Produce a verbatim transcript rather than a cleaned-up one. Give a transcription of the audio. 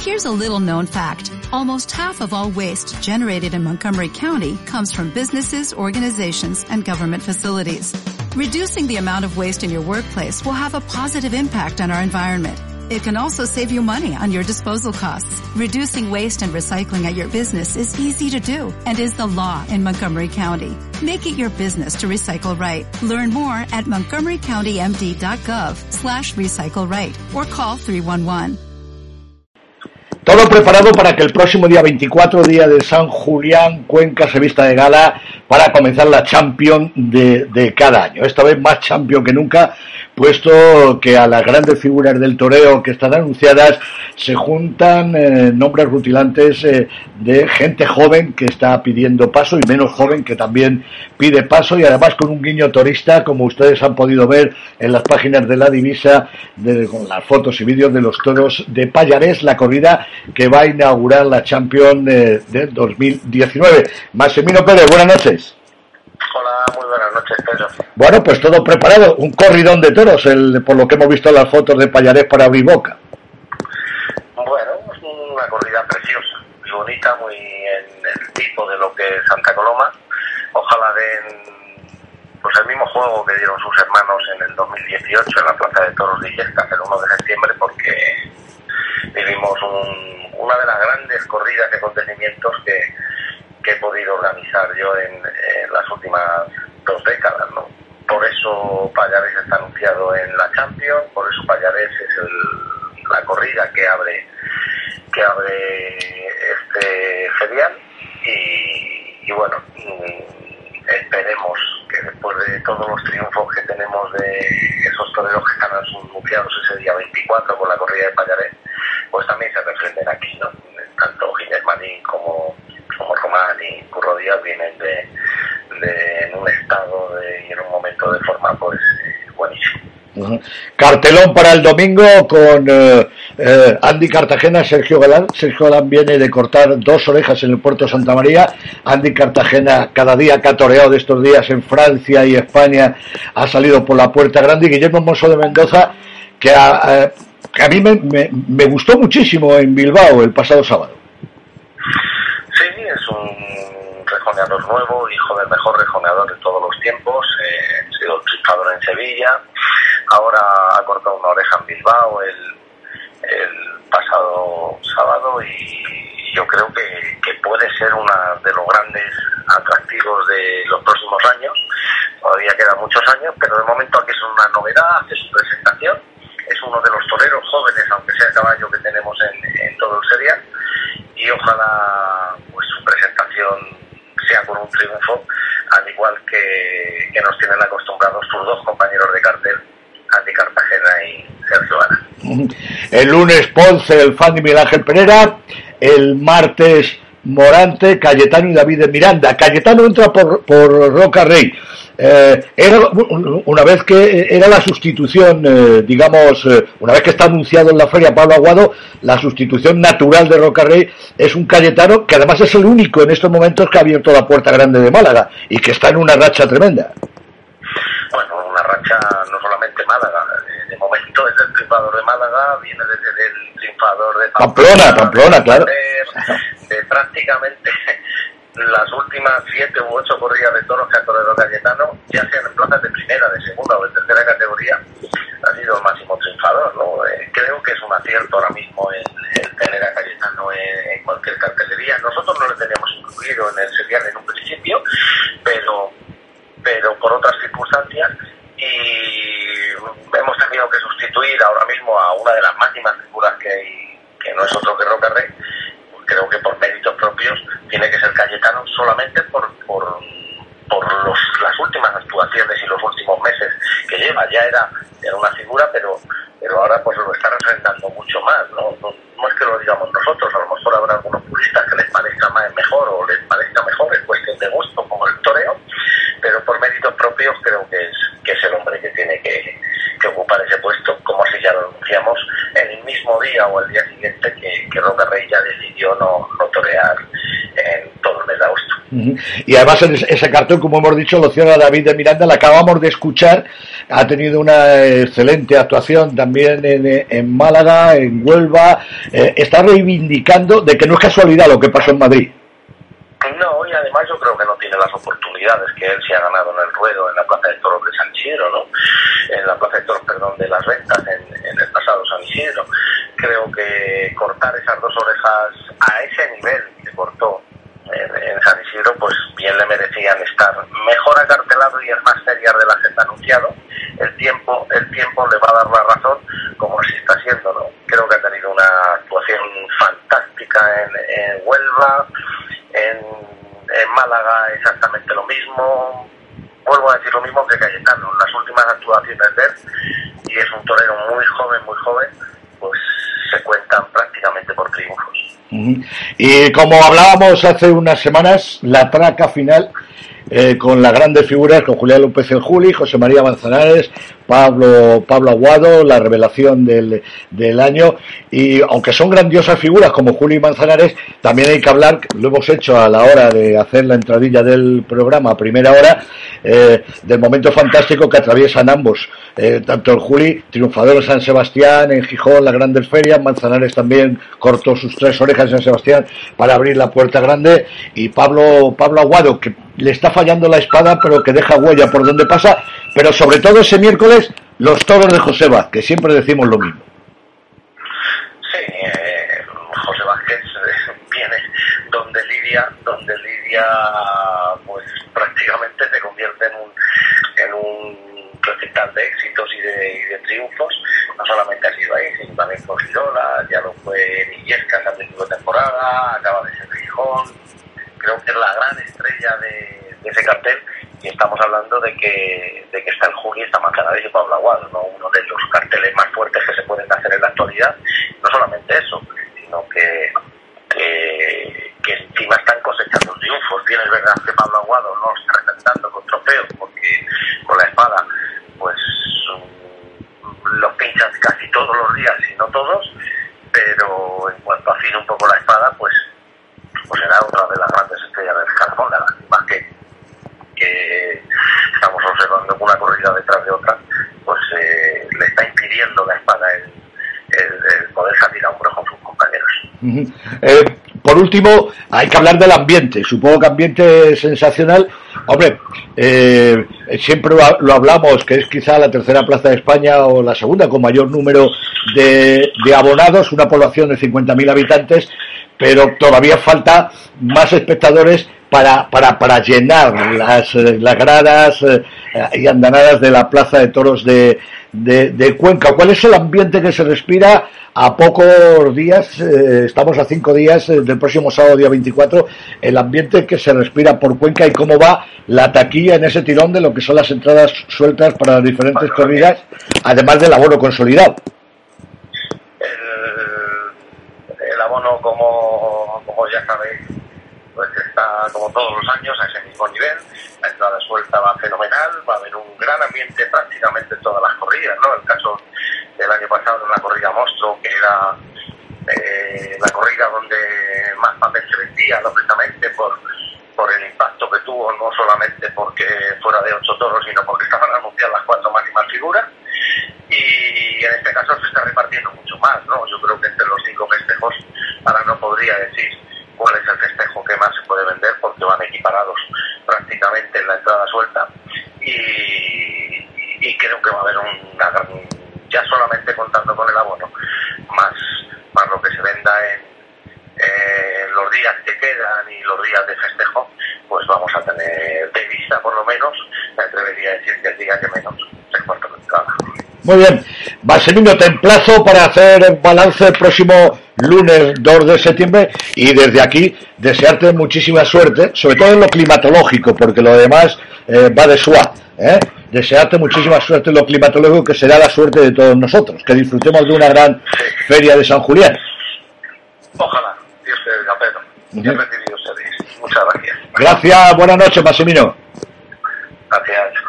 Here's a little known fact. Almost half of all waste generated in Montgomery County comes from businesses, organizations, and government facilities. Reducing the amount of waste in your workplace will have a positive impact on our environment. It can also save you money on your disposal costs. Reducing waste and recycling at your business is easy to do and is the law in Montgomery County. Make it your business to recycle right. Learn more at montgomery county m d dot gov slash recycle right or call three one one. Todo preparado para que el próximo día veinticuatro, día de San Julián, Cuenca se vista de gala para comenzar la Champions de, de cada año. Esta vez más Champions que nunca, puesto que a las grandes figuras del toreo que están anunciadas se juntan eh, nombres rutilantes eh, de gente joven que está pidiendo paso y menos joven que también pide paso, y además con un guiño torista, como ustedes han podido ver en las páginas de La Divisa, de, con las fotos y vídeos de los toros de Pallarés, la corrida que va a inaugurar la Champions eh, del dos mil diecinueve. Maximino Pérez, buenas noches. Hola, muy buenas noches, Pedro. Bueno, pues todo preparado, un corridón de toros, el, por lo que hemos visto en las fotos de Pallarés para abrir boca. Bueno, es una corrida preciosa, muy bonita, muy en el tipo de lo que es Santa Coloma. Ojalá den pues el mismo juego que dieron sus hermanos en el dos mil dieciocho en la Plaza de Toros de Illescas el uno de septiembre, porque vivimos un, una de las grandes corridas y acontecimientos que, que he podido organizar yo en, en las últimas dos décadas, ¿no? Por eso Pallarés está anunciado en la Champions, por eso Pallarés es el, la corrida que abre que abre este ferial y, y bueno, esperemos que después de todos los triunfos que tenemos de esos toreros que están anunciados ese día veinticuatro con la corrida de Pallarés, pues también se refrenden aquí, ¿no? Tanto Ginés Marín como, como Román y Curro Díaz vienen de, de en un estado de, y en un momento de forma pues eh, buenísimo. Uh-huh. Cartelón para el domingo con eh, eh, Andy Cartagena, Sergio Galán. Sergio Galán viene de cortar dos orejas en el puerto de Santa María. Andy Cartagena, cada día que ha toreado de estos días en Francia y España, ha salido por la puerta grande. Y Guillermo Mosso de Mendoza, que a, a, que a mí me, me, me gustó muchísimo en Bilbao el pasado sábado. Sí, es un rejoneador nuevo, hijo del mejor rejoneador de todos los tiempos. Eh, ha sido triunfador en Sevilla. Ahora ha cortado una oreja en Bilbao el, el pasado sábado y yo creo que, que puede ser uno de los grandes atractivos de los próximos años. Todavía quedan muchos años, pero de momento aquí es una novedad, hace su presentación. Es uno de los toreros jóvenes, aunque sea caballo, que tenemos en, en todo el serial, y ojalá pues su presentación sea con un triunfo, al igual que, que nos tienen acostumbrados sus dos compañeros de cartel, Andy Cartagena y Sergio Galán. El lunes Ponce, el fan de Miguel Ángel Pereira. El martes Morante, Cayetano y David de Miranda. Cayetano entra por, por Roca Rey. Eh, era una vez que era la sustitución, eh, digamos, eh, una vez que está anunciado en la feria Pablo Aguado, la sustitución natural de Roca Rey es un Cayetano que además es el único en estos momentos que ha abierto la puerta grande de Málaga y que está en una racha tremenda. Bueno, una racha no solamente Málaga, de momento es el triunfador de Málaga, viene desde el triunfador de Pamplona, Pamplona, Pamplona, claro. De, de prácticamente las últimas siete u ocho corridas de toros que ha toreado Cayetano, ya sean en plazas de primera, de segunda o de tercera categoría, ha sido el máximo triunfador, ¿no? Eh, creo que es un acierto ahora mismo el, el tener a Cayetano en, en cualquier cartelería. Nosotros no le teníamos incluido en el serial en un principio, pero pero por otras circunstancias, y hemos tenido que sustituir ahora mismo a una de las máximas figuras que hay, que no es otro que Roca Rey. Creo que por méritos propios tiene que ser Cayetano, solamente por por, por los, las últimas actuaciones y los últimos meses que lleva. Ya era, era una figura, pero pero ahora pues lo está refrendando mucho más, ¿no? No, no es que lo digamos nosotros, a lo mejor habrá algunos puristas que les parezca más mejor o les parezca mejor, es cuestión de gusto, como el toreo, pero por méritos propios creo que es que es el hombre que tiene que, que ocupar ese puesto, como si ya lo anunciamos el mismo día o el día siguiente que, que Roca Rey ya decidió no, no torear en todo el mes de agosto. Uh-huh. Y además ese cartel, como hemos dicho, lo cierra David de Miranda, la acabamos de escuchar, ha tenido una excelente actuación también en, en Málaga, en Huelva, eh, está reivindicando de que no es casualidad lo que pasó en Madrid. No, y además yo creo que no tiene las oportunidades que él se ha ganado en el ruedo, en la Plaza de Toros de San Isidro, ¿no? En la Plaza de Toros, perdón, de Las Ventas, en, en el pasado San Isidro. Creo que cortar esas dos orejas a ese nivel que cortó en, en San Isidro, pues bien le merecían estar mejor acartelado y en más serias de las que está anunciado. El tiempo, el tiempo le va a dar la razón, como así está siendo, ¿no? Creo que ha tenido una actuación fantástica en, en Huelva. En, en Málaga exactamente lo mismo. Vuelvo a decir lo mismo que Cayetano. Las últimas actuaciones de él, y es un torero muy joven, muy joven, pues se cuentan prácticamente por triunfos. Uh-huh. Y como hablábamos hace unas semanas, la traca final eh, con las grandes figuras, con Julián López el Juli, José María Manzanares, Pablo Pablo Aguado, la revelación del, del año. Y aunque son grandiosas figuras como Juli y Manzanares, también hay que hablar, lo hemos hecho a la hora de hacer la entradilla del programa a primera hora, eh, del momento fantástico que atraviesan ambos, eh, tanto el Juli, triunfador en San Sebastián, en Gijón, las grandes ferias, Manzanares también cortó sus tres orejas en San Sebastián para abrir la puerta grande, y Pablo Pablo Aguado, que le está fallando la espada pero que deja huella por donde pasa, pero sobre todo ese miércoles los toros de Joseba, que siempre decimos lo mismo. Sí, eh, José Vázquez eh, viene donde Lidia, donde Lidia pues prácticamente se convierte en un en un recital de éxitos y de, y de triunfos. No solamente ha sido ahí, sino también con Girola, ya lo fue en Illescas al principio de temporada, acaba de ser Gijón. Creo que es la gran estrella de, de ese cartel, y estamos hablando de que de que está el Juli, está Manzanares y Pablo Aguado, ¿no? Uno de los carteles más fuertes que se pueden hacer en la actualidad. No solamente eso, sino que que, que encima están cosechando triunfos. Bien, es verdad que Pablo Aguado no está representando con trofeos, porque con la espada pues um, lo pinchan casi todos los días, si no todos, pero en cuanto afine un poco la espada, pues pues será otra de las grandes estrellas del escalafón. La lástima que, que estamos observando una corrida detrás de otra, pues eh, le está impidiendo la espada el, el, el poder salir a hombro con sus compañeros. Uh-huh. Eh, por último, hay que hablar del ambiente. Supongo que ambiente sensacional. Hombre, eh, siempre lo hablamos, que es quizá la tercera plaza de España o la segunda con mayor número de, de abonados, una población de cincuenta mil habitantes, pero todavía falta más espectadores para para para llenar las, las gradas eh, y andanadas de la Plaza de Toros de, de, de Cuenca. ¿Cuál es el ambiente que se respira a pocos días? Eh, estamos a cinco días eh, del próximo sábado, día veinticuatro, el ambiente que se respira por Cuenca y cómo va la taquilla en ese tirón de lo que son las entradas sueltas para las diferentes corridas, además del abono consolidado. El abono, como, como ya sabéis, pues está como todos los años a ese mismo nivel. La entrada suelta va fenomenal, va a haber un gran ambiente prácticamente en todas las corridas, ¿no? El caso del año pasado en la corrida Monstruo, que era eh, la corrida donde más papel se vendía, lógicamente, por, por el impacto que tuvo, no solamente porque fuera de ocho toros, sino porque estaban anunciadas las cuatro máximas figuras. Y en este caso se está repartiendo mucho más, ¿no? Yo creo que entre los cinco festejos, ahora no podría decir cuál es el festejo que más se puede vender, porque van equiparados prácticamente en la entrada suelta, y, y creo que va a haber una gran, ya solamente contando con el abono, más, más lo que se venda en, en los días que quedan y los días de festejo, pues vamos a tener de vista, por lo menos, me atrevería a decir que el día que menos se cuarto de entrada. Muy bien, Maximino, te emplazo para hacer el balance el próximo lunes dos de septiembre, y desde aquí desearte muchísima suerte, sobre todo en lo climatológico, porque lo demás eh, va de suave, ¿eh? Desearte muchísima suerte en lo climatológico, que será la suerte de todos nosotros, que disfrutemos de una gran feria de San Julián. Ojalá, Dios te bendiga, Pedro. Bien recibido seréis. Muchas gracias. Gracias, buenas noches, Maximino. Gracias.